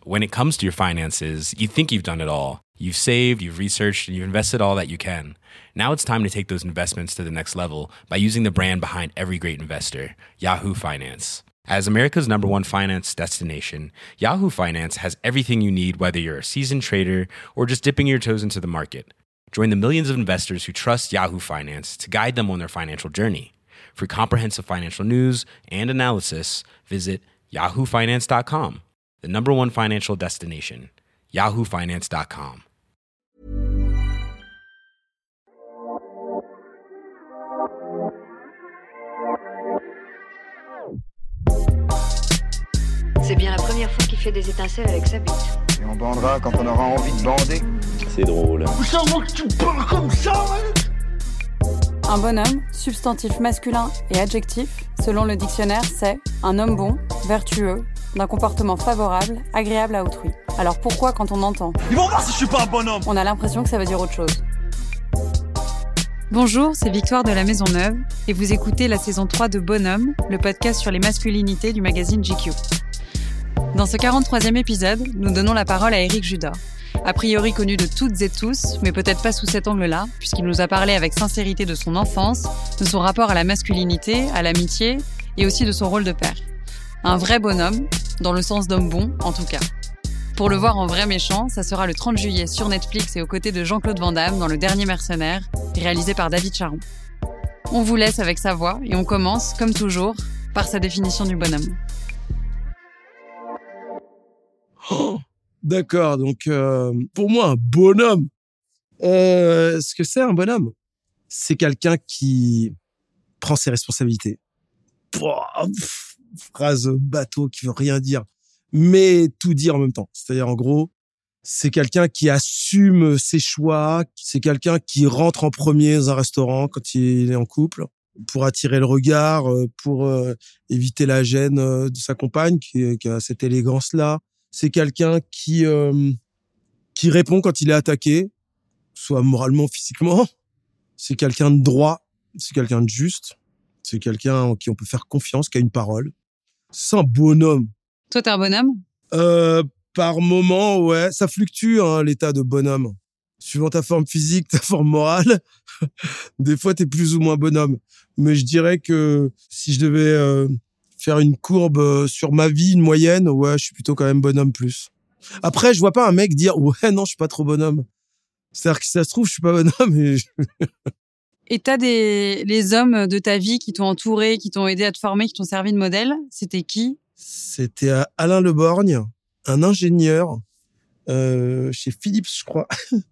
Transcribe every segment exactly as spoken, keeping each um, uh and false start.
when it comes to your finances, you think you've done it all. You've saved, you've researched, and you've invested all that you can. Now it's time to take those investments to the next level by using the brand behind every great investor, Yahoo Finance. As America's number one finance destination, Yahoo Finance has everything you need, whether you're a seasoned trader or just dipping your toes into the market. Join the millions of investors who trust Yahoo Finance to guide them on their financial journey. For comprehensive financial news and analysis, visit yahoo finance dot com, the number one financial destination, yahoo finance dot com. C'est bien la première fois qu'il fait des étincelles avec sa bite. Et on bandera quand on aura envie de bander. C'est drôle. C'est à moi que tu parles comme ça, mec. Un bonhomme, substantif masculin et adjectif, selon le dictionnaire, c'est un homme bon, vertueux, d'un comportement favorable, agréable à autrui. Alors pourquoi, quand on entend Ils vont voir si je suis pas un bonhomme, on a l'impression que ça veut dire autre chose? Bonjour, c'est Victoire de la Maison Neuve et vous écoutez la saison trois de Bonhomme, le podcast sur les masculinités du magazine G Q. Dans ce quarante-troisième épisode, nous donnons la parole à Éric Judor. A priori connu de toutes et tous, mais peut-être pas sous cet angle-là, puisqu'il nous a parlé avec sincérité de son enfance, de son rapport à la masculinité, à l'amitié, et aussi de son rôle de père. Un vrai bonhomme, dans le sens d'homme bon, en tout cas. Pour le voir en vrai méchant, ça sera le trente juillet sur Netflix et aux côtés de Jean-Claude Van Damme dans Le Dernier Mercenaire, réalisé par David Charon. On vous laisse avec sa voix, et on commence, comme toujours, par sa définition du bonhomme. Oh, d'accord, donc euh, pour moi, un bonhomme, euh, ce que c'est un bonhomme, c'est quelqu'un qui prend ses responsabilités. Pouah, pff, phrase bateau qui veut rien dire, mais tout dire en même temps. C'est-à-dire, en gros, c'est quelqu'un qui assume ses choix, c'est quelqu'un qui rentre en premier dans un restaurant quand il est en couple, pour attirer le regard, pour euh, éviter la gêne euh, de sa compagne, qui, qui a cette élégance-là. C'est quelqu'un qui euh, qui répond quand il est attaqué, soit moralement, physiquement. C'est quelqu'un de droit, c'est quelqu'un de juste, c'est quelqu'un en qui on peut faire confiance, qui a une parole. C'est un bonhomme. Toi, t'es un bonhomme ? Euh, par moment, ouais, ça fluctue, hein, l'état de bonhomme. Suivant ta forme physique, ta forme morale, des fois, t'es plus ou moins bonhomme. Mais je dirais que si je devais euh, faire une courbe sur ma vie, une moyenne, ouais, je suis plutôt quand même bonhomme plus. Après, je vois pas un mec dire, ouais, non, je suis pas trop bonhomme. C'est-à-dire que si ça se trouve, je suis pas bonhomme. Et, je... et t'as des, les hommes de ta vie qui t'ont entouré, qui t'ont aidé à te former, qui t'ont servi de modèle. C'était qui ? C'était Alain Leborgne, un ingénieur, euh, chez Philips, je crois,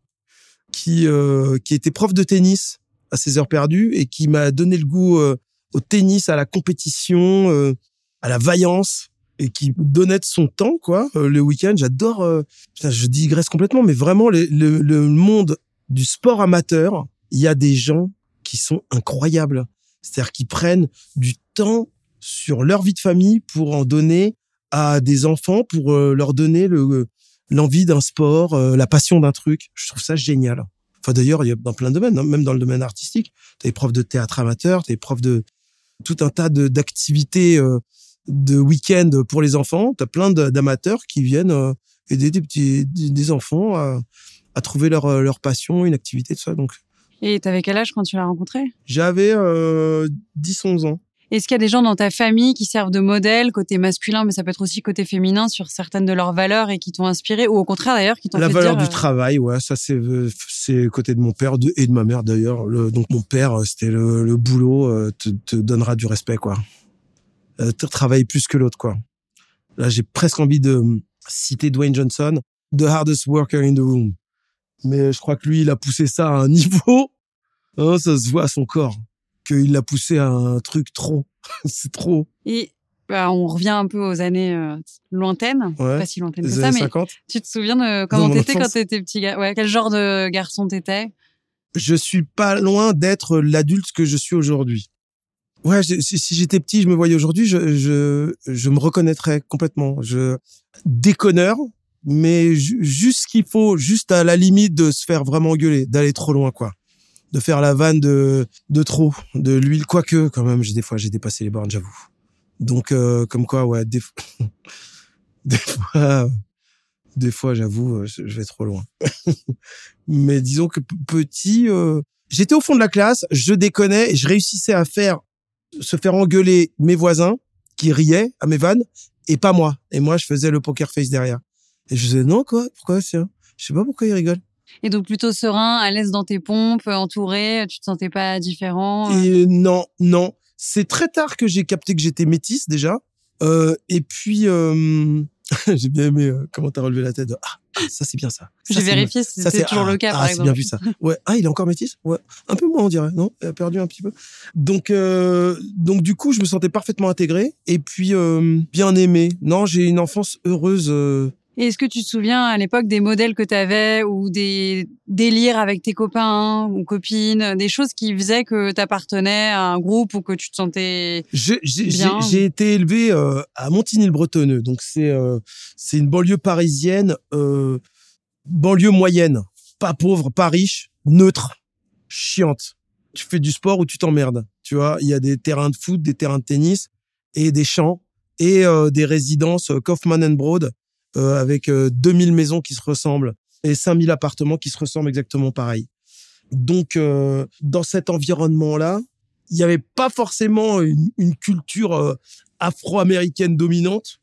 qui, euh, qui était prof de tennis à ses heures perdues et qui m'a donné le goût, euh, au tennis, à la compétition, euh, à la vaillance, et qui donnait de son temps, quoi. Euh, le week-end, j'adore. Euh, putain, je digresse complètement, mais vraiment, le, le, le monde du sport amateur, il y a des gens qui sont incroyables. C'est-à-dire qu'ils prennent du temps sur leur vie de famille pour en donner à des enfants, pour euh, leur donner le, l'envie d'un sport, euh, la passion d'un truc. Je trouve ça génial. Enfin, d'ailleurs, il y a dans plein de domaines, hein, même dans le domaine artistique. T'as des profs de théâtre amateur, t'as des profs de tout un tas de, d'activités euh, de week-end pour les enfants. T'as plein de, d'amateurs qui viennent euh, aider des petits, des, des enfants à, à trouver leur, leur passion, une activité, tout ça. Donc. Et t'avais quel âge quand tu l'as rencontré ? J'avais euh, dix onze ans. Est-ce qu'il y a des gens dans ta famille qui servent de modèle, côté masculin, mais ça peut être aussi côté féminin, sur certaines de leurs valeurs et qui t'ont inspiré, ou au contraire d'ailleurs, qui t'ont La fait valeur dire... du travail, ouais, ça c'est c'est côté de mon père de, et de ma mère d'ailleurs. Le, donc mon père, c'était le, le boulot euh, te, te donnera du respect, quoi. Euh, travaille plus que l'autre, quoi. Là, j'ai presque envie de citer Dwayne Johnson, the hardest worker in the room. Mais je crois que lui, il a poussé ça à un niveau, hein, ça se voit à son corps, qu'il l'a poussé à un truc trop. C'est trop. Et bah, on revient un peu aux années euh, lointaines, ouais, pas si lointaines que les ça, années mais cinquante. Tu te souviens de comment t'étais quand t'étais petit gars ? Ouais, quel genre de garçon t'étais ? Je suis pas loin d'être l'adulte que je suis aujourd'hui. Ouais, je, si, si j'étais petit, je me voyais aujourd'hui, je, je, je me reconnaîtrais complètement. Je déconneur, mais ju- juste ce qu'il faut, juste à la limite de se faire vraiment engueuler, d'aller trop loin, quoi. De faire la vanne de, de trop, de l'huile, quoique, quand même, j'ai, des fois, j'ai dépassé les bornes, j'avoue. Donc, euh, comme quoi, ouais, des, des fois, Des fois, j'avoue, je vais trop loin. Mais disons que p- petit, euh, j'étais au fond de la classe, je déconnais et je réussissais à faire se faire engueuler mes voisins qui riaient à mes vannes et pas moi. Et moi, je faisais le poker face derrière. Et je disais non quoi, pourquoi c'est je sais pas pourquoi ils rigolent. Et donc plutôt serein, à l'aise dans tes pompes, entouré, tu te sentais pas différent? Et non, non, c'est très tard que j'ai capté que j'étais métisse déjà. Euh, et puis euh, j'ai bien aimé euh, comment t'as relevé la tête. Ah, ah, ça c'est bien ça. Ça, J'ai c'est vérifié si ça, c'était c'est- toujours ah, le cas, ah, par c'est exemple. bien vu ça. Ouais. Ah, il est encore métisse. Ouais. Un peu moins on dirait. Non, il a perdu un petit peu. Donc euh, donc du coup, je me sentais parfaitement intégré et puis euh, bien aimé. Non, j'ai une enfance heureuse. Euh, Et est-ce que tu te souviens à l'époque des modèles que tu avais ou des délires avec tes copains ou copines, des choses qui faisaient que tu appartenais à un groupe ou que tu te sentais... Je- J'ai Bien. j'ai- j'ai été élevé euh, à Montigny-le-Bretonneux, donc c'est euh, c'est une banlieue parisienne, euh, banlieue moyenne, pas pauvre, pas riche, neutre, chiante. Tu fais du sport ou tu t'emmerdes, tu vois. Il y a des terrains de foot, des terrains de tennis et des champs et euh, des résidences euh, Kaufman and Broad euh, avec euh, deux mille maisons qui se ressemblent et cinq mille appartements qui se ressemblent exactement pareil. Donc euh, dans cet environnement-là, il n'y avait pas forcément une, une culture euh, afro-américaine dominante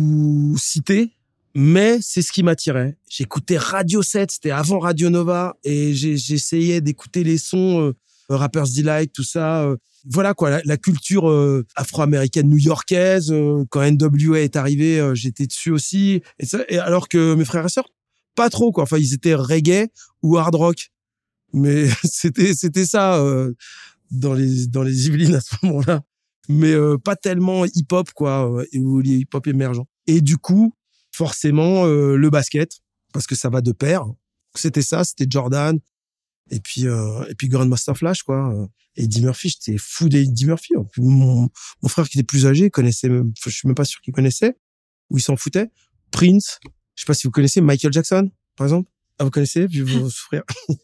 ou citée, mais c'est ce qui m'attirait. J'écoutais Radio sept, c'était avant Radio Nova, et j'ai- j'essayais d'écouter les sons euh, Rapper's Delight, tout ça. euh. Voilà quoi, la, la culture euh, afro-américaine new-yorkaise. euh, quand N W A est arrivé, euh, j'étais dessus aussi. Et, ça, et alors que mes frères et sœurs, pas trop quoi. Enfin, ils étaient reggae ou hard rock, mais c'était c'était ça. Euh, dans les dans les Yvelines à ce moment-là, mais euh, pas tellement hip-hop quoi, euh, ou les hip-hop émergents. Et du coup, forcément euh, le basket parce que ça va de pair. C'était ça, c'était Jordan et puis euh, et puis Grandmaster Flash quoi. euh, Et Eddie Murphy, j'étais fou d'Eddie Murphy. En plus, Mon mon frère qui était plus âgé connaissait même, je suis même pas sûr qu'il connaissait ou il s'en foutait. Prince, je sais pas si vous connaissez Michael Jackson par exemple. Ah, vous connaissez, puis vous souffrir.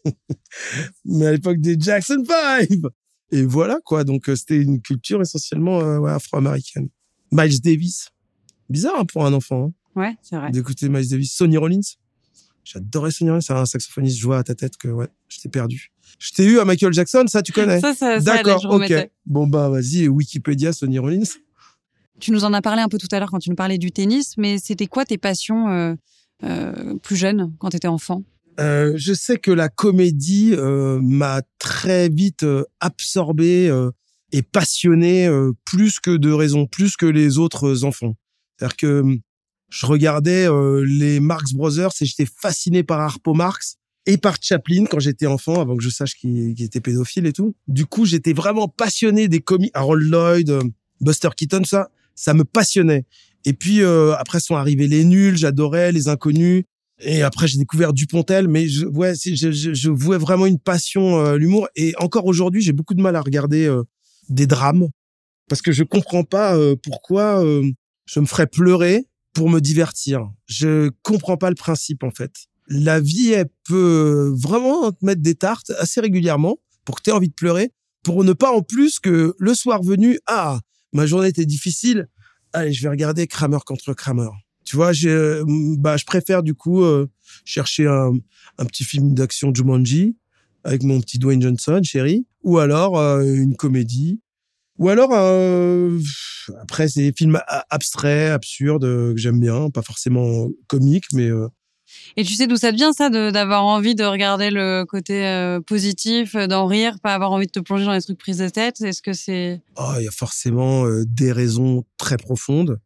Mais à l'époque des Jackson five. Et voilà, quoi. Donc, euh, c'était une culture essentiellement euh, ouais, afro-américaine. Miles Davis. Bizarre hein, pour un enfant, Ouais, c'est vrai. hein, d'écouter Miles Davis. Sonny Rollins. J'adorais Sonny Rollins. C'est un saxophoniste. Je vois à ta tête que, ouais, je t'ai perdu. Je t'ai eu à Michael Jackson, ça, tu connais. Ça, ça, ça D'accord, allait, je ok. remettais. Bon, bah, vas-y, Wikipédia, Sonny Rollins. Tu nous en as parlé un peu tout à l'heure quand tu nous parlais du tennis, mais c'était quoi tes passions euh, euh, plus jeunes, quand tu étais enfant? Euh, je sais que la comédie euh, m'a très vite euh, absorbé euh, et passionné euh, plus que de raison, plus que les autres enfants. C'est-à-dire que euh, je regardais euh, les Marx Brothers et j'étais fasciné par Harpo Marx et par Chaplin quand j'étais enfant, avant que je sache qu'il, qu'il était pédophile et tout. Du coup, j'étais vraiment passionné des comics. Harold Lloyd, euh, Buster Keaton, ça, ça me passionnait. Et puis euh, après sont arrivés les nuls, j'adorais les inconnus. Et après, j'ai découvert Dupontel, mais je, ouais, c'est- je, je, je vouais vraiment une passion à l'humour. Et encore aujourd'hui, j'ai beaucoup de mal à regarder euh, des drames parce que je comprends pas euh, pourquoi euh, je me ferais pleurer pour me divertir. Je comprends pas le principe, en fait. La vie, elle peut vraiment te mettre des tartes assez régulièrement pour que tu aies envie de pleurer, pour ne pas en plus que le soir venu, ah, ma journée était difficile, allez, je vais regarder Kramer contre Kramer. Tu vois, je, bah, je préfère du coup euh, chercher un, un petit film d'action Jumanji avec mon petit Dwayne Johnson, chéri, ou alors euh, une comédie, ou alors euh, après c'est des films a- abstraits, absurdes euh, que j'aime bien, pas forcément comiques, mais euh, Et tu sais d'où ça te vient, ça, de, d'avoir envie de regarder le côté euh, positif, d'en rire, pas avoir envie de te plonger dans les trucs prises de tête? Est-ce que c'est... oh, il y a forcément euh, des raisons très profondes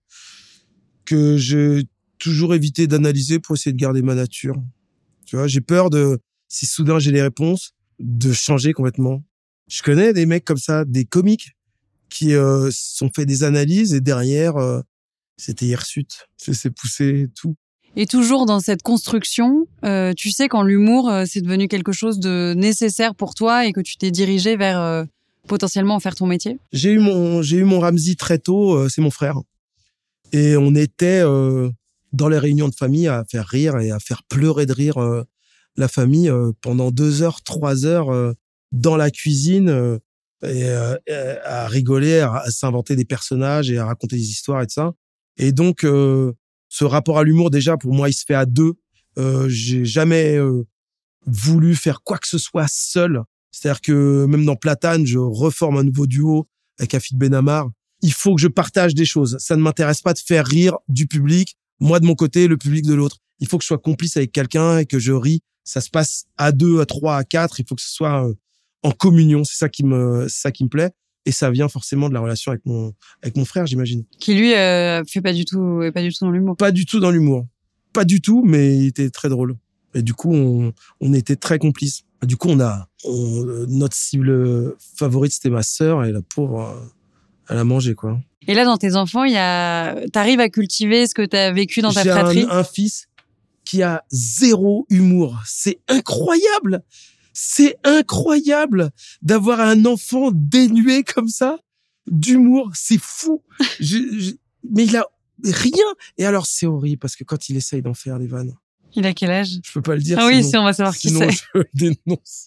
que j'ai toujours évité d'analyser pour essayer de garder ma nature. Tu vois, j'ai peur de, si soudain j'ai les réponses, de changer complètement. Je connais des mecs comme ça, des comiques, qui euh, sont fait des analyses et derrière, euh, c'était hirsute. C'est, c'est poussé et tout. Et toujours dans cette construction, euh, tu sais quand l'humour, euh, c'est devenu quelque chose de nécessaire pour toi et que tu t'es dirigé vers euh, potentiellement en faire ton métier? J'ai eu mon, j'ai eu mon Ramsey très tôt, euh, c'est mon frère. Et on était euh, dans les réunions de famille à faire rire et à faire pleurer de rire euh, la famille euh, pendant deux heures, trois heures euh, dans la cuisine euh, et, euh, à rigoler, à, à s'inventer des personnages et à raconter des histoires et tout ça. Et donc, euh, Ce rapport à l'humour, déjà, pour moi, il se fait à deux. Euh, j'ai jamais euh, voulu faire quoi que ce soit seul. C'est-à-dire que même dans Platane, je reforme un nouveau duo avec Afid Benamar. Il faut que je partage des choses. Ça ne m'intéresse pas de faire rire du public, moi de mon côté, le public de l'autre. Il faut que je sois complice avec quelqu'un et que je ris. Ça se passe à deux, à trois, à quatre. Il faut que ce soit euh, en communion. C'est ça qui me, c'est ça qui me plaît. Et ça vient forcément de la relation avec mon, avec mon frère, j'imagine. Qui lui euh, fait pas du tout, est pas du tout dans l'humour. Pas du tout dans l'humour. Pas du tout, mais il était très drôle. Et du coup, on, on était très complices. Du coup, on a, on, notre cible favorite, c'était ma sœur, et la pauvre, elle a mangé, quoi. Et là, dans tes enfants, il y a, t'arrives à cultiver ce que t'as vécu dans ta J'ai fratrie. un, un fils qui a zéro humour. C'est incroyable. C'est incroyable d'avoir un enfant dénué comme ça d'humour. C'est fou. je, je, mais il a rien. Et alors, c'est horrible parce que quand il essaye d'en faire des vannes. Il a quel âge? Je peux pas le dire. Ah oui, sinon, si on va savoir qui sinon c'est. je le dénonce.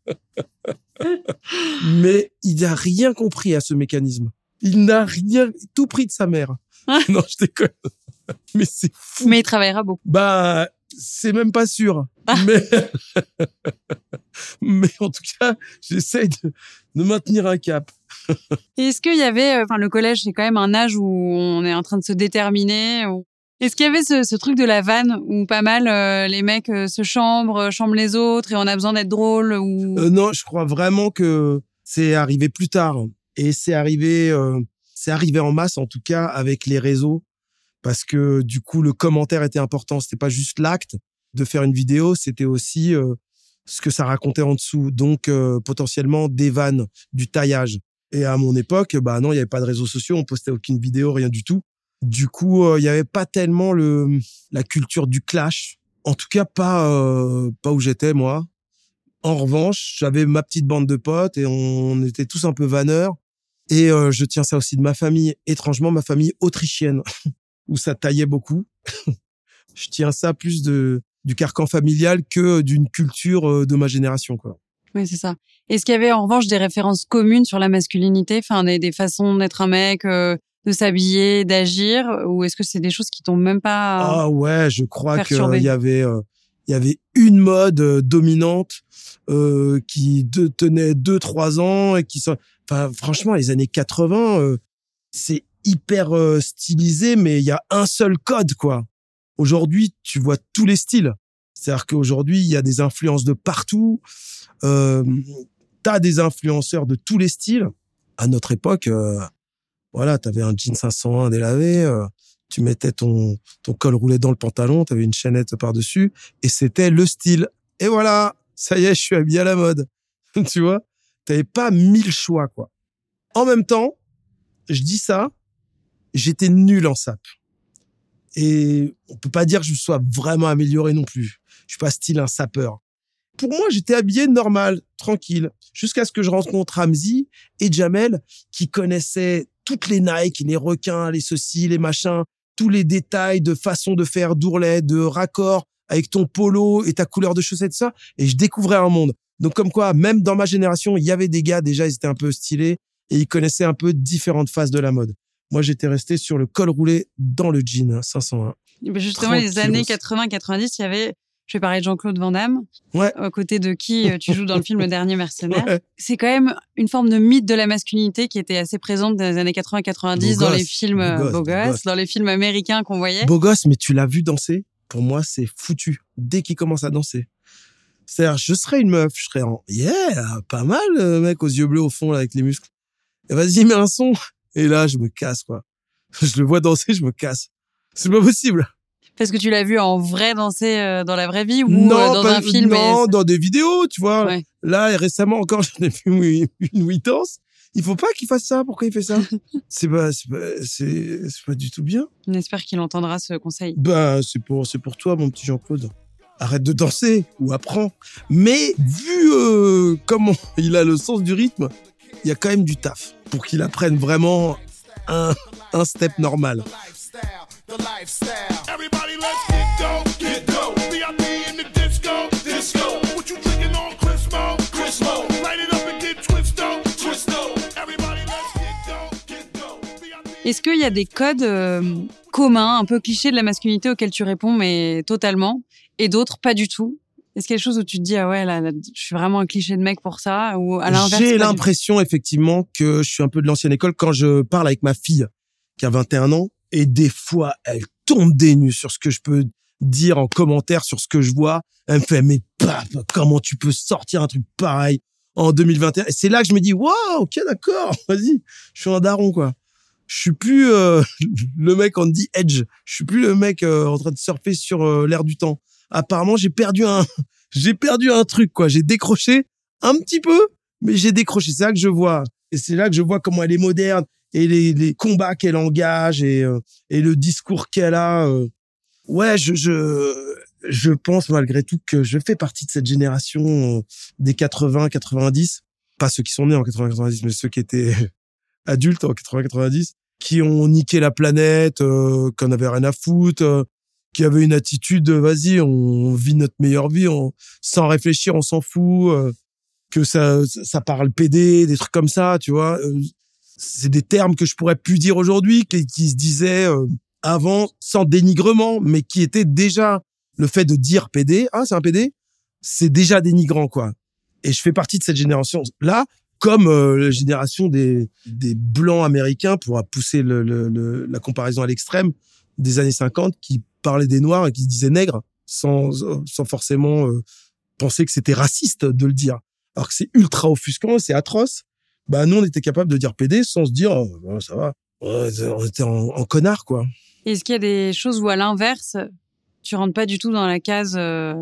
Mais il n'a rien compris à ce mécanisme. Il n'a rien, tout pris de sa mère. Non, je déconne. Mais c'est fou. Mais il travaillera beaucoup. Bah, c'est même pas sûr. Mais, mais en tout cas, j'essaye de, de maintenir un cap. Et est-ce qu'il y avait, enfin, le collège, c'est quand même un âge où on est en train de se déterminer. Où... Est-ce qu'il y avait ce, ce truc de la vanne où pas mal euh, les mecs euh, se chambrent, chambrent les autres et on a besoin d'être drôle ou... euh, Non, je crois vraiment que c'est arrivé plus tard. Et c'est arrivé, euh, c'est arrivé en masse, en tout cas, avec les réseaux. Parce que du coup, le commentaire était important. C'était pas juste l'acte de faire une vidéo, c'était aussi euh, ce que ça racontait en dessous. Donc, euh, potentiellement, des vannes, du taillage. Et à mon époque, bah non, il y avait pas de réseaux sociaux, on postait aucune vidéo, rien du tout. Du coup, il euh, y avait pas tellement le la culture du clash. En tout cas, pas euh, pas où j'étais moi. En revanche, j'avais ma petite bande de potes et on était tous un peu vanneurs. Et euh, je tiens ça aussi de ma famille. Étrangement, ma famille autrichienne, où ça taillait beaucoup. Je tiens ça plus de du carcan familial que d'une culture de ma génération, quoi. Oui, c'est ça. Est-ce qu'il y avait en revanche des références communes sur la masculinité, enfin des, des façons d'être un mec, euh, de s'habiller, d'agir, ou est-ce que c'est des choses qui t'ont même pas Ah ouais, je crois qu'il perturbé. y avait euh, il y avait une mode euh, dominante euh, qui de, tenait deux trois ans et qui sont enfin franchement les années quatre-vingts euh, c'est hyper euh, stylisé mais il y a un seul code quoi. Aujourd'hui, tu vois tous les styles. C'est-à-dire qu'aujourd'hui, il y a des influences de partout. Euh, t'as des influenceurs de tous les styles. À notre époque, euh, voilà, t'avais un jean cinq cent un délavé, euh, tu mettais ton ton col roulé dans le pantalon, t'avais une chaînette par-dessus, et c'était le style. Et voilà, ça y est, je suis habillé à la mode. Tu vois, t'avais pas mille choix, quoi. En même temps, je dis ça, j'étais nul en sap. Et on peut pas dire que je me sois vraiment amélioré non plus. Je suis pas style un sapeur. Pour moi, j'étais habillé normal, tranquille, jusqu'à ce que je rencontre Hamzy et Jamel, qui connaissaient toutes les Nike, les requins, les ceci, les machins, tous les détails de façon de faire d'ourlet, de raccord avec ton polo et ta couleur de chaussettes, ça. Et je découvrais un monde. Donc, comme quoi, même dans ma génération, il y avait des gars, déjà, ils étaient un peu stylés et ils connaissaient un peu différentes phases de la mode. Moi, j'étais resté sur le col roulé dans le jean cinq cent un. Justement, les années quatre-vingts quatre-vingt-dix, il y avait, je vais parler de Jean-Claude Van Damme, ouais. aux côtés de qui tu joues dans le film Le Dernier Mercenaire. Ouais. C'est quand même une forme de mythe de la masculinité qui était assez présente dans les années quatre-vingts quatre-vingt-dix, beau dans gosse, les films beau gosse, beaux beau gosses, gosse. dans les films américains qu'on voyait. Beau gosse, mais tu l'as vu danser? Pour moi, c'est foutu. Dès qu'il commence à danser. C'est-à-dire, je serais une meuf, je serais en, yeah, pas mal, le mec aux yeux bleus au fond, là, avec les muscles. Et vas-y, mets un son. Et là, je me casse, quoi. Je le vois danser, je me casse. C'est pas possible. Parce que tu l'as vu en vrai danser euh, dans la vraie vie ou non, euh, dans pas, un film? Non, et... dans des vidéos, tu vois. Ouais. Là, récemment encore, j'en ai vu une où il danse. Il faut pas qu'il fasse ça. Pourquoi il fait ça? c'est pas, c'est pas, c'est, c'est pas du tout bien. On espère qu'il entendra ce conseil. Bah, c'est pour, c'est pour toi, mon petit Jean-Claude. Arrête de danser ou apprends. Mais vu euh, comment il a le sens du rythme, il y a quand même du taf pour qu'il apprenne vraiment un, un step normal. Est-ce qu'il y a des codes euh, communs, un peu clichés de la masculinité auxquels tu réponds, mais totalement, et d'autres pas du tout? Est-ce qu'il y a quelque chose où tu te dis, ah ouais, là, là je suis vraiment un cliché de mec pour ça, ou à l'inverse? J'ai l'impression, effectivement, que je suis un peu de l'ancienne école quand je parle avec ma fille, qui a vingt et un ans, et des fois, elle tombe des nues sur ce que je peux dire en commentaire, sur ce que je vois. Elle me fait, mais paf, comment tu peux sortir un truc pareil en deux mille vingt et un? Et c'est là que je me dis, waouh, ok, d'accord, vas-y, je suis un daron, quoi. Je suis plus euh, le mec on dit edge. Je suis plus le mec euh, en train de surfer sur euh, l'air du temps. Apparemment, j'ai perdu un, j'ai perdu un truc, quoi. J'ai décroché un petit peu, mais j'ai décroché. C'est là que je vois. Et c'est là que je vois comment elle est moderne et les, les combats qu'elle engage et, euh, et le discours qu'elle a. Euh. Ouais, je, je, je pense malgré tout que je fais partie de cette génération euh, des quatre-vingts quatre-vingt-dix. Pas ceux qui sont nés en quatre-vingts quatre-vingt-dix, mais ceux qui étaient adultes en quatre-vingts quatre-vingt-dix, qui ont niqué la planète, euh, qu'on avait rien à foutre, euh, qui avait une attitude, euh, vas-y, on vit notre meilleure vie, on, sans réfléchir, on s'en fout, euh, que ça, ça parle P D, des trucs comme ça, tu vois. Euh, c'est des termes que je pourrais plus dire aujourd'hui, qui, qui se disaient euh, avant, sans dénigrement, mais qui étaient déjà, le fait de dire P D, ah, c'est un P D, c'est déjà dénigrant, quoi. Et je fais partie de cette génération-là, comme euh, la génération des, des blancs américains, pour pousser le, le, le, la comparaison à l'extrême, des années cinquante, qui parlaient des noirs et qui se disaient nègres, sans, sans forcément euh, penser que c'était raciste de le dire. Alors que c'est ultra offusquant, c'est atroce. Bah, nous, on était capable de dire P D sans se dire, oh, bah, ça va, on était en, en connard, quoi. Est-ce qu'il y a des choses où, à l'inverse, tu rentres pas du tout dans la case euh,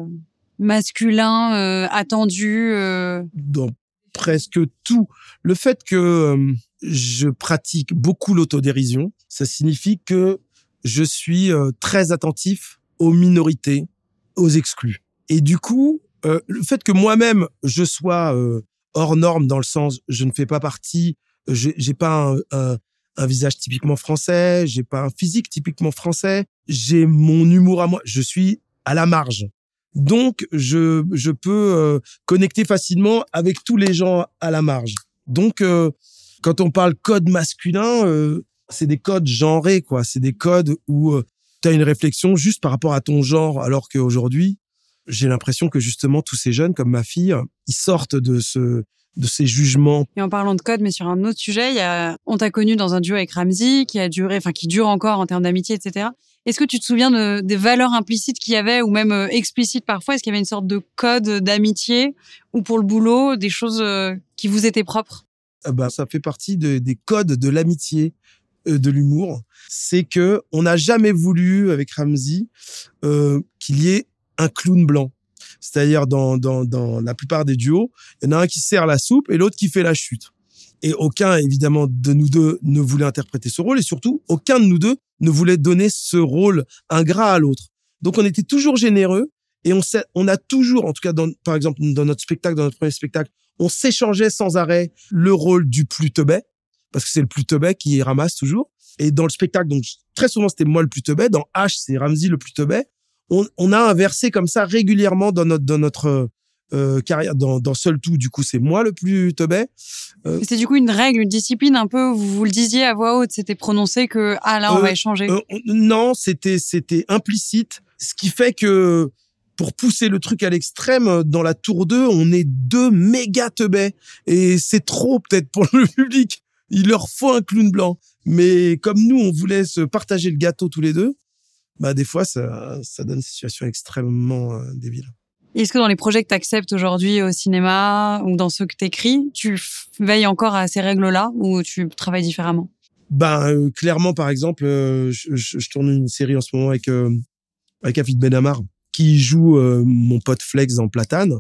masculin, euh, attendu euh... Dans presque tout. Le fait que euh, je pratique beaucoup l'autodérision, ça signifie que je suis euh, très attentif aux minorités, aux exclus. Et du coup, euh, le fait que moi-même, je sois euh, hors norme dans le sens, je ne fais pas partie, j'ai, j'ai pas un, un, un visage typiquement français, j'ai pas un physique typiquement français, j'ai mon humour à moi, je suis à la marge. Donc, je, je peux euh, connecter facilement avec tous les gens à la marge. Donc, euh, quand on parle code masculin, euh, c'est des codes genrés, quoi. C'est des codes où euh, tu as une réflexion juste par rapport à ton genre, alors qu'aujourd'hui, j'ai l'impression que justement, tous ces jeunes, comme ma fille, ils sortent de ce de ces jugements. Et en parlant de code, mais sur un autre sujet, il y a, on t'a connu dans un duo avec Ramzy, qui a duré, enfin, qui dure encore en termes d'amitié, et cetera. Est-ce que tu te souviens de, des valeurs implicites qu'il y avait, ou même euh, explicites parfois? Est-ce qu'il y avait une sorte de code d'amitié, ou pour le boulot, des choses euh, qui vous étaient propres? Ah bah, ça fait partie de, des codes de l'amitié, euh, de l'humour. C'est que on n'a jamais voulu, avec Ramzy, euh, qu'il y ait un clown blanc. C'est-à-dire, dans, dans, dans la plupart des duos, il y en a un qui sert la soupe et l'autre qui fait la chute. Et aucun, évidemment, de nous deux ne voulait interpréter ce rôle. Et surtout, aucun de nous deux ne voulait donner ce rôle ingrat à l'autre. Donc, on était toujours généreux. Et on, sait, on a toujours, en tout cas, dans, par exemple, dans notre spectacle, dans notre premier spectacle, on s'échangeait sans arrêt le rôle du plus teubé. Parce que c'est le plus teubé qui ramasse toujours. Et dans le spectacle, donc, très souvent, c'était moi le plus teubé. Dans H, c'est Ramzy le plus teubé. On, on a inversé comme ça régulièrement dans notre, dans notre euh, carrière. Dans, dans Seul Tout, du coup, c'est moi le plus teubé. Euh, c'est du coup une règle, une discipline un peu, vous, vous le disiez à voix haute, c'était prononcé que, ah là, on euh, va échanger. Euh, non, c'était, c'était implicite. Ce qui fait que, pour pousser le truc à l'extrême, dans la tour deux, on est deux méga teubés. Et c'est trop, peut-être, pour le public. Il leur faut un clown blanc. Mais comme nous, on voulait se partager le gâteau tous les deux, bah, des fois, ça, ça donne une situation extrêmement euh, débile. Est-ce que dans les projets que tu acceptes aujourd'hui au cinéma ou dans ceux que tu écris, tu veilles encore à ces règles-là ou tu travailles différemment? Ben, euh, clairement, par exemple, euh, je, je, je tourne une série en ce moment avec, euh, avec Afid Benhamar, qui joue euh, mon pote Flex dans Platane.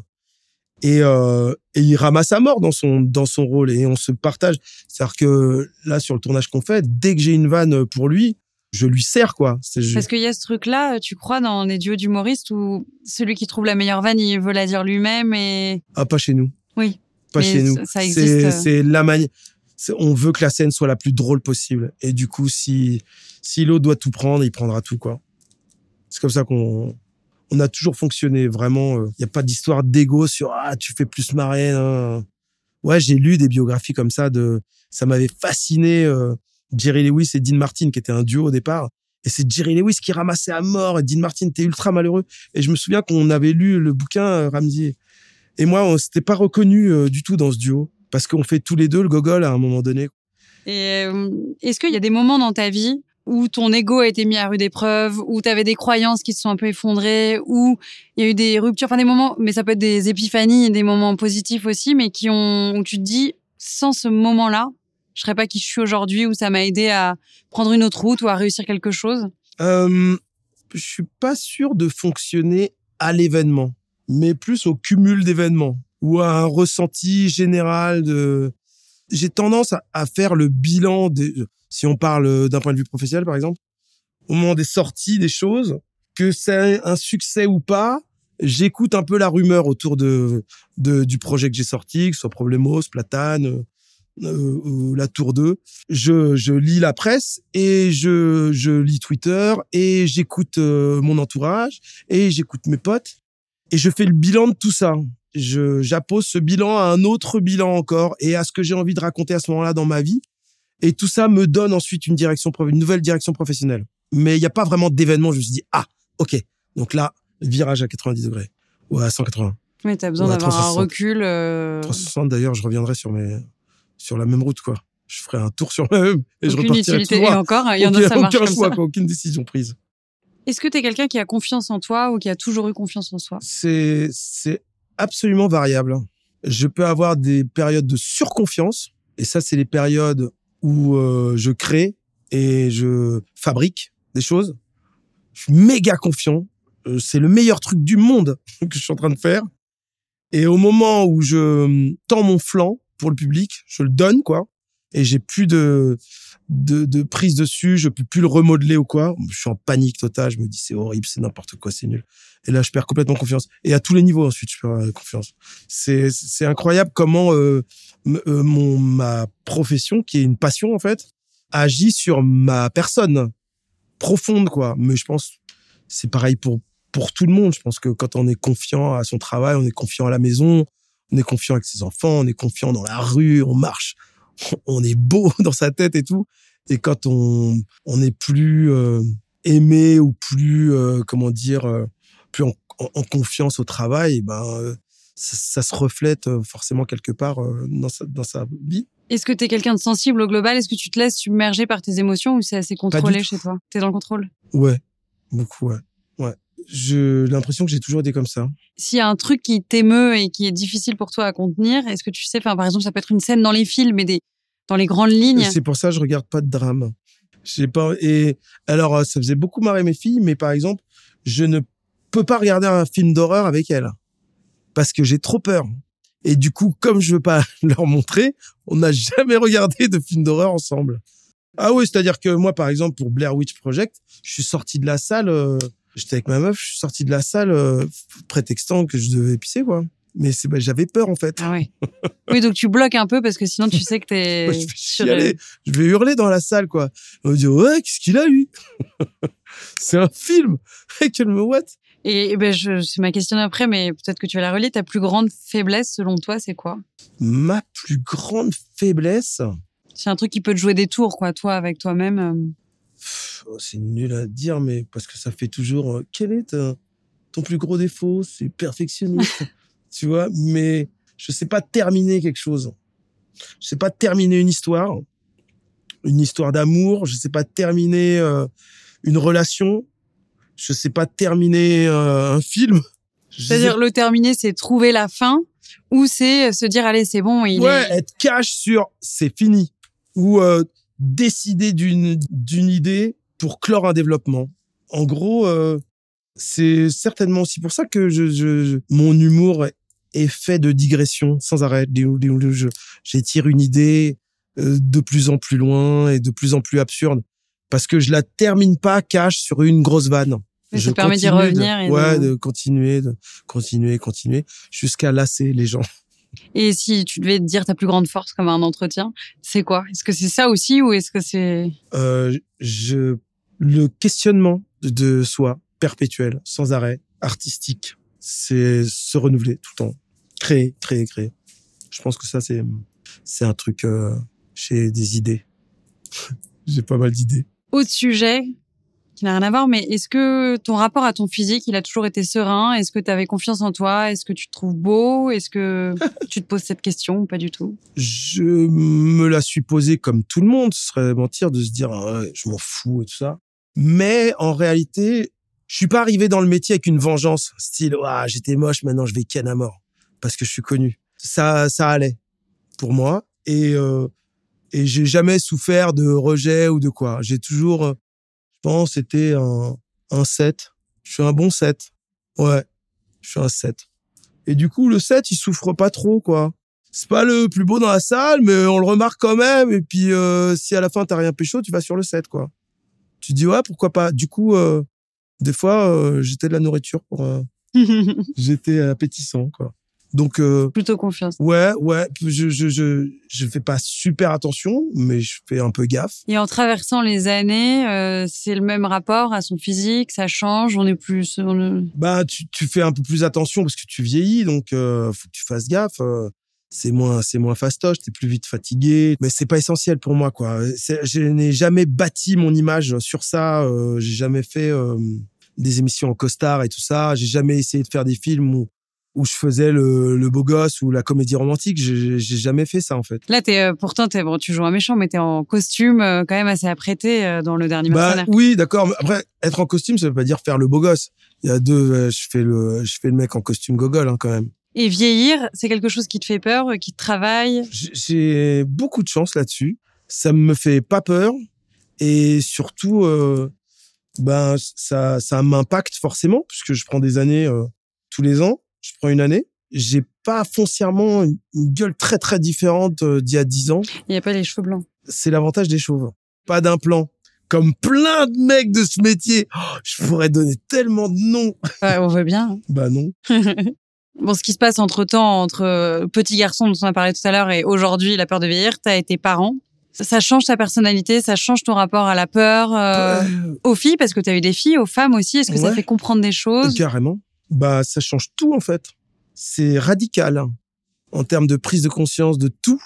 Et, euh, et il ramasse à mort dans son, dans son rôle et on se partage. C'est-à-dire que là, sur le tournage qu'on fait, dès que j'ai une vanne pour lui, je lui sers, quoi. C'est Parce qu'il y a ce truc-là, tu crois, dans les duos d'humoristes où celui qui trouve la meilleure vanne, il veut la dire lui-même et... Ah, pas chez nous. Oui. Pas mais chez nous. Ça existe. C'est, c'est la manière... On veut que la scène soit la plus drôle possible. Et du coup, si, si l'autre doit tout prendre, il prendra tout, quoi. C'est comme ça qu'on... On a toujours fonctionné, vraiment. Il euh, n'y a pas d'histoire d'égo sur « Ah, tu fais plus marrer. » hein. Ouais, j'ai lu des biographies comme ça. De, ça m'avait fasciné, euh, Jerry Lewis et Dean Martin, qui étaient un duo au départ. Et c'est Jerry Lewis qui ramassait à mort. Et Dean Martin, t'es ultra malheureux. Et je me souviens qu'on avait lu le bouquin, euh, Ramsey. Et moi, on s'était pas reconnus euh, du tout dans ce duo. Parce qu'on fait tous les deux le gogol à un moment donné. Et euh, est-ce qu'il y a des moments dans ta vie où ton ego a été mis à rude épreuve, où tu avais des croyances qui se sont un peu effondrées, où il y a eu des ruptures, enfin des moments, mais ça peut être des épiphanies, des moments positifs aussi, mais qui ont, où tu te dis, sans ce moment-là, je serais pas qui je suis aujourd'hui, où ça m'a aidé à prendre une autre route ou à réussir quelque chose? Euh, je suis pas sûr de fonctionner à l'événement, mais plus au cumul d'événements ou à un ressenti général de. J'ai tendance à, à faire le bilan des. Si on parle d'un point de vue professionnel, par exemple, au moment des sorties des choses, que c'est un succès ou pas, j'écoute un peu la rumeur autour de, de du projet que j'ai sorti, que ce soit Problemos, Platane. Euh, ou la Tour deux, je, je lis la presse et je, je lis Twitter et j'écoute euh, mon entourage et j'écoute mes potes et je fais le bilan de tout ça. Je, j'appose ce bilan à un autre bilan encore et à ce que j'ai envie de raconter à ce moment-là dans ma vie. Et tout ça me donne ensuite une direction, une nouvelle direction professionnelle. Mais il n'y a pas vraiment d'événement. Je me suis dit, ah, ok. Donc là, virage à quatre-vingt-dix degrés ou à cent quatre-vingts. Mais t'as besoin ouais, d'avoir trois cent soixante. Un recul. Euh... trois cent soixante d'ailleurs, je reviendrai sur mes, sur la même route, quoi. Je ferai un tour sur la même et aucune je repartirai utilité. tout droit. Et encore, il y en aucun, a, ça marche aucun comme choix, ça. quoi, aucune décision prise. Est-ce que t'es quelqu'un qui a confiance en toi ou qui a toujours eu confiance en soi? C'est, c'est absolument variable. Je peux avoir des périodes de surconfiance et ça, c'est les périodes où euh, je crée et je fabrique des choses. Je suis méga confiant. Euh, c'est le meilleur truc du monde que je suis en train de faire. Et au moment où je tends mon flanc pour le public, je le donne, quoi. Et j'ai plus de, de, de prise dessus, je peux plus le remodeler ou quoi. Je suis en panique totale, je me dis c'est horrible, c'est n'importe quoi, c'est nul. Et là, je perds complètement confiance. Et à tous les niveaux, ensuite, je perds confiance. C'est, c'est incroyable comment euh, m- euh, mon, ma profession, qui est une passion, en fait, agit sur ma personne profonde, quoi. Mais je pense c'est pareil pour, pour tout le monde. Je pense que quand on est confiant à son travail, on est confiant à la maison, on est confiant avec ses enfants, on est confiant dans la rue, on marche, on est beau dans sa tête et tout. Et quand on, on est plus euh, aimé ou plus, euh, comment dire, euh, plus en, en, en confiance au travail, et ben, euh, ça, ça se reflète euh, forcément quelque part euh, dans, sa, dans sa vie. Est-ce que t'es quelqu'un de sensible au global? Est-ce que tu te laisses submerger par tes émotions ou c'est assez contrôlé chez toi? T'es dans le contrôle? Ouais, beaucoup, ouais. ouais. J'ai l'impression que j'ai toujours été comme ça. S'il y a un truc qui t'émeut et qui est difficile pour toi à contenir, est-ce que tu sais, enfin, par exemple, ça peut être une scène dans les films, mais des, dans les grandes lignes. C'est pour ça que je regarde pas de drame. J'ai pas, et alors, ça faisait beaucoup marrer mes filles, mais par exemple, je ne peux pas regarder un film d'horreur avec elles. Parce que j'ai trop peur. Et du coup, comme je veux pas leur montrer, on n'a jamais regardé de film d'horreur ensemble. Ah oui, c'est-à-dire que moi, par exemple, pour Blair Witch Project, je suis sorti de la salle, euh, j'étais avec ma meuf, je suis sorti de la salle euh, prétextant que je devais pisser, quoi. Mais c'est, bah, j'avais peur, en fait. Ah ouais. Oui, donc tu bloques un peu parce que sinon tu sais que t'es... Moi, je vais chialer, je vais hurler dans la salle, quoi. On va dire, ouais, qu'est-ce qu'il a, lui? C'est un film. Quel me what? Et, et ben, je, c'est ma question après, mais peut-être que tu vas la relier. Ta plus grande faiblesse, selon toi, c'est quoi? Ma plus grande faiblesse? C'est un truc qui peut te jouer des tours, quoi, toi, avec toi-même. Euh... Pff, c'est nul à dire, mais parce que ça fait toujours, euh, quel est ta, ton plus gros défaut? C'est perfectionniste. Tu vois, mais je sais pas terminer quelque chose. Je sais pas terminer une histoire, une histoire d'amour. Je sais pas terminer euh, une relation. Je sais pas terminer euh, un film. Je C'est-à-dire, sais... le terminer, c'est trouver la fin, ou c'est se dire, allez, c'est bon, il ouais, est... être cash sur c'est fini, ou euh, décider d'une d'une idée pour clore un développement. En gros, euh, c'est certainement aussi pour ça que je, je, je mon humour est est fait de digressions sans arrêt. Je, j'étire une idée euh, de plus en plus loin et de plus en plus absurde parce que je la termine pas cash sur une grosse vanne. Mais je ça permet d'y revenir. De, et ouais, de... de continuer, de continuer, continuer jusqu'à lasser les gens. Et si tu devais te dire ta plus grande force comme un entretien, c'est quoi? Est-ce que c'est ça aussi ou est-ce que c'est... Euh, je, le questionnement de, de soi, perpétuel, sans arrêt, artistique. C'est se renouveler tout le temps. Créer, créer, créer. Je pense que ça, c'est, c'est un truc, euh, j'ai des idées. J'ai pas mal d'idées. Autre sujet qui n'a rien à voir, mais est-ce que ton rapport à ton physique, il a toujours été serein? Est-ce que tu avais confiance en toi? Est-ce que tu te trouves beau? Est-ce que tu te poses cette question ou pas du tout? Je me la suis posée comme tout le monde. Ce serait mentir de se dire ah, je m'en fous et tout ça. Mais en réalité, je suis pas arrivé dans le métier avec une vengeance, style ah, j'étais moche, maintenant je vais ken à mort parce que je suis connu. Ça, ça allait pour moi et euh, et j'ai jamais souffert de rejet ou de quoi. J'ai toujours, euh, je pense, c'était un un sept. Je suis un bon sept. Ouais, je suis un sept. Et du coup, le sept, il souffre pas trop, quoi. C'est pas le plus beau dans la salle, mais on le remarque quand même. Et puis, euh, si à la fin, t'as rien pécho, tu vas sur le sept, quoi. Tu dis, ouais, pourquoi pas. Du coup, euh, des fois, euh, j'étais de la nourriture pour... Euh, j'étais appétissant, quoi. Donc... Euh, Plutôt confiance. Ouais, ouais. Je, je, je, je fais pas super attention, mais je fais un peu gaffe. Et en traversant les années, euh, c'est le même rapport à son physique, ça change, on est plus... On est... Bah, tu, tu fais un peu plus attention parce que tu vieillis, donc euh, faut que tu fasses gaffe. Euh, c'est moins, c'est moins fastoche, t'es plus vite fatigué. Mais c'est pas essentiel pour moi, quoi. C'est, je n'ai jamais bâti mon image sur ça. Euh, j'ai jamais fait euh, des émissions en costard et tout ça. J'ai jamais essayé de faire des films où où je faisais le, le beau gosse ou la comédie romantique. J'ai, j'ai jamais fait ça, en fait. Là, t'es, euh, pourtant, t'es, bon, tu joues un méchant, mais t'es en costume euh, quand même assez apprêté euh, dans le dernier bah, mercenaire. Oui, d'accord. Mais après, être en costume, ça veut pas dire faire le beau gosse. Il y a deux, euh, je fais le, je fais le mec en costume gogol, hein, quand même. Et vieillir, c'est quelque chose qui te fait peur, euh, qui te travaille? J'ai, j'ai beaucoup de chance là-dessus. Ça me fait pas peur. Et surtout, euh, ben, ça, ça m'impacte forcément, puisque je prends des années euh, tous les ans. Je prends une année. J'ai pas foncièrement une gueule très, très différente d'il y a dix ans. Il y a pas les cheveux blancs. C'est l'avantage des chauves. Pas d'implant. Comme plein de mecs de ce métier. Oh, je pourrais donner tellement de noms. Ouais, on veut bien. Hein. Bah non. Bon, ce qui se passe entre-temps, entre euh, petit garçon dont on a parlé tout à l'heure et aujourd'hui, la peur de vieillir, t'as été parent. Ça, ça change ta personnalité, ça change ton rapport à la peur, euh, euh... aux filles, parce que t'as eu des filles, aux femmes aussi. Est-ce que ouais. ça fait comprendre des choses? Carrément. Bah, ça change tout, en fait. C'est radical, hein, en termes de prise de conscience de tout,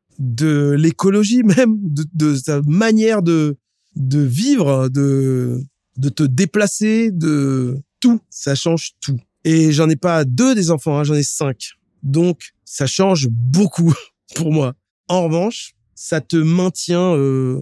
de l'écologie même, de, de sa manière de, de vivre, de, de te déplacer, de tout. Ça change tout. Et j'en ai pas deux des enfants, hein, j'en ai cinq. Donc, ça change beaucoup pour moi. En revanche, ça te maintient euh,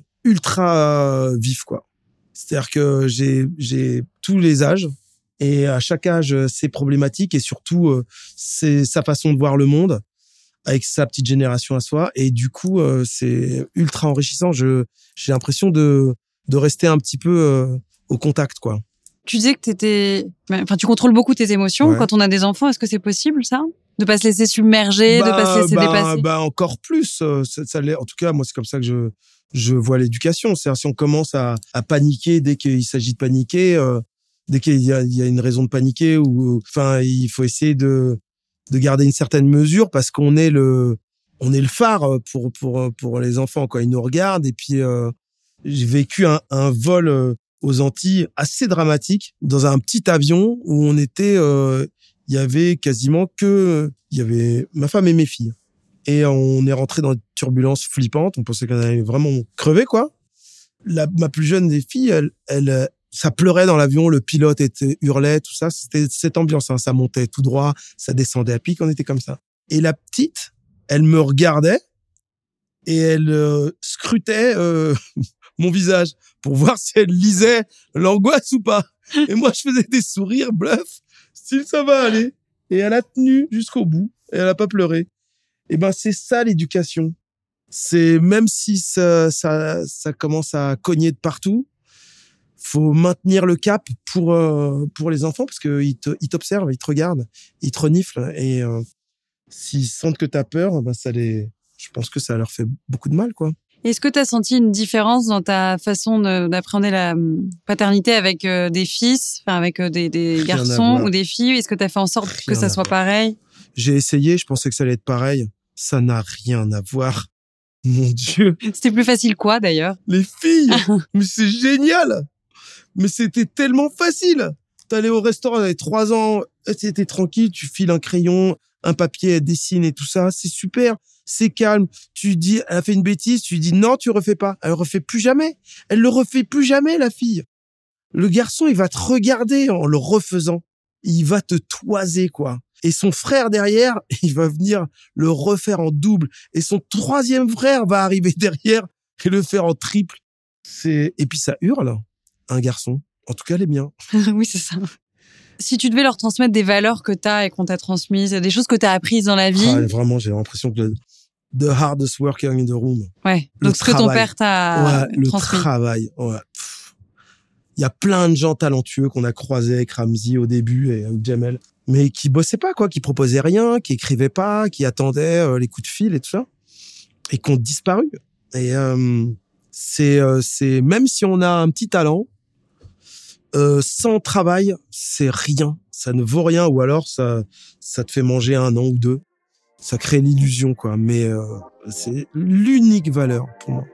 ultra vif, quoi. C'est-à-dire que j'ai, j'ai tous les âges. Et à chaque âge, c'est problématique et surtout, euh, c'est sa façon de voir le monde avec sa petite génération à soi. Et du coup, euh, c'est ultra enrichissant. Je, j'ai l'impression de, de rester un petit peu euh, au contact, quoi. Tu disais que t'étais, enfin, tu contrôles beaucoup tes émotions. Ouais. Quand on a des enfants, est-ce que c'est possible, ça? De pas se laisser submerger, bah, de pas se laisser bah, dépasser? Bah, encore plus. Ça, ça l'est. En tout cas, moi, c'est comme ça que je, je vois l'éducation. C'est-à-dire, si on commence à, à paniquer dès qu'il s'agit de paniquer, euh, dès qu'il y a, il y a une raison de paniquer ou, enfin, il faut essayer de, de garder une certaine mesure parce qu'on est le, on est le phare pour, pour, pour les enfants, quoi. Ils nous regardent et puis, euh, j'ai vécu un, un vol aux Antilles assez dramatique dans un petit avion où on était, euh, il y avait quasiment que, il y avait ma femme et mes filles. Et on est rentré dans une turbulence flippante. On pensait qu'on allait vraiment crever, quoi. La, ma plus jeune des filles, elle, elle, ça pleurait dans l'avion, le pilote était hurlait, tout ça. C'était cette ambiance, hein. Ça montait tout droit, ça descendait à pic, on était comme ça. Et la petite, elle me regardait et elle euh, scrutait euh, mon visage pour voir si elle lisait l'angoisse ou pas. Et moi, je faisais des sourires, bluff, style ça va aller. Et elle a tenu jusqu'au bout et elle a pas pleuré. Et ben c'est ça l'éducation. C'est même si ça, ça, ça commence à cogner de partout. Faut maintenir le cap pour euh, pour les enfants parce que ils te ils t'observent, ils te regardent, ils te reniflent et euh, s'ils sentent que t'as peur, ben ça les, je pense que ça leur fait beaucoup de mal, quoi. Est-ce que t'as senti une différence dans ta façon de, d'appréhender la paternité avec euh, des fils, enfin avec euh, des des Rien garçons ou des filles? Est-ce que t'as fait en sorte Rien que ça soit voir. pareil? J'ai essayé, je pensais que ça allait être pareil. Ça n'a rien à voir. Mon Dieu. C'était plus facile quoi d'ailleurs? Les filles. Mais c'est génial. Mais c'était tellement facile. T'allais au restaurant, t'avais trois ans, t'étais tranquille, tu files un crayon, un papier, elle dessine et tout ça. C'est super. C'est calme. Tu dis, elle a fait une bêtise, tu lui dis non, tu refais pas. Elle refait plus jamais. Elle le refait plus jamais, la fille. Le garçon, il va te regarder en le refaisant. Il va te toiser, quoi. Et son frère derrière, il va venir le refaire en double. Et son troisième frère va arriver derrière et le faire en triple. C'est, et puis ça hurle, un garçon. En tout cas, les miens. Oui, c'est ça. Si tu devais leur transmettre des valeurs que t'as et qu'on t'a transmises, des choses que t'as apprises dans la vie. Ah, vraiment, j'ai l'impression que le, the hardest worker in the room. Ouais. Le Donc, ce que ton père t'a ouais, transmis. Le travail. Ouais. Il y a plein de gens talentueux qu'on a croisés avec Ramzi au début et avec Jamel, mais qui bossaient pas, quoi, qui proposaient rien, qui écrivaient pas, qui attendaient euh, les coups de fil et tout ça, et qui ont disparu. Et euh, c'est, euh, c'est même si on a un petit talent, Euh, sans travail, c'est rien. Ça ne vaut rien, ou alors ça, ça te fait manger un an ou deux. Ça crée l'illusion, quoi. Mais euh, c'est l'unique valeur pour moi.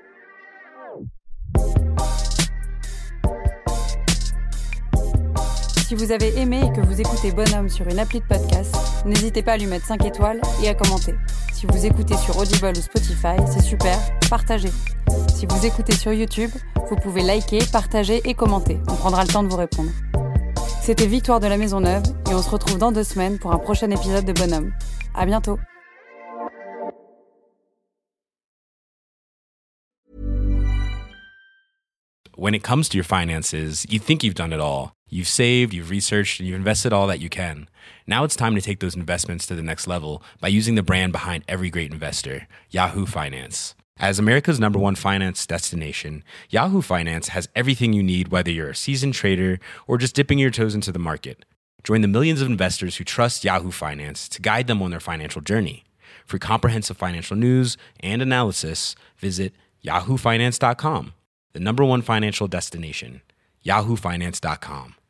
Si vous avez aimé et que vous écoutez Bonhomme sur une appli de podcast, n'hésitez pas à lui mettre cinq étoiles et à commenter. Si vous écoutez sur Audible ou Spotify, c'est super, partagez. Si vous écoutez sur YouTube, vous pouvez liker, partager et commenter. On prendra le temps de vous répondre. C'était Victoire de la Maison Neuve et on se retrouve dans deux semaines pour un prochain épisode de Bonhomme. À bientôt. When it comes to your finances, you think you've done it all. You've saved, you've researched, and you've invested all that you can. Now it's time to take those investments to the next level by using the brand behind every great investor, Yahoo Finance. As America's number one finance destination, Yahoo Finance has everything you need, whether you're a seasoned trader or just dipping your toes into the market. Join the millions of investors who trust Yahoo Finance to guide them on their financial journey. For comprehensive financial news and analysis, visit yahoo finance dot com, the number one financial destination, yahoo finance dot com.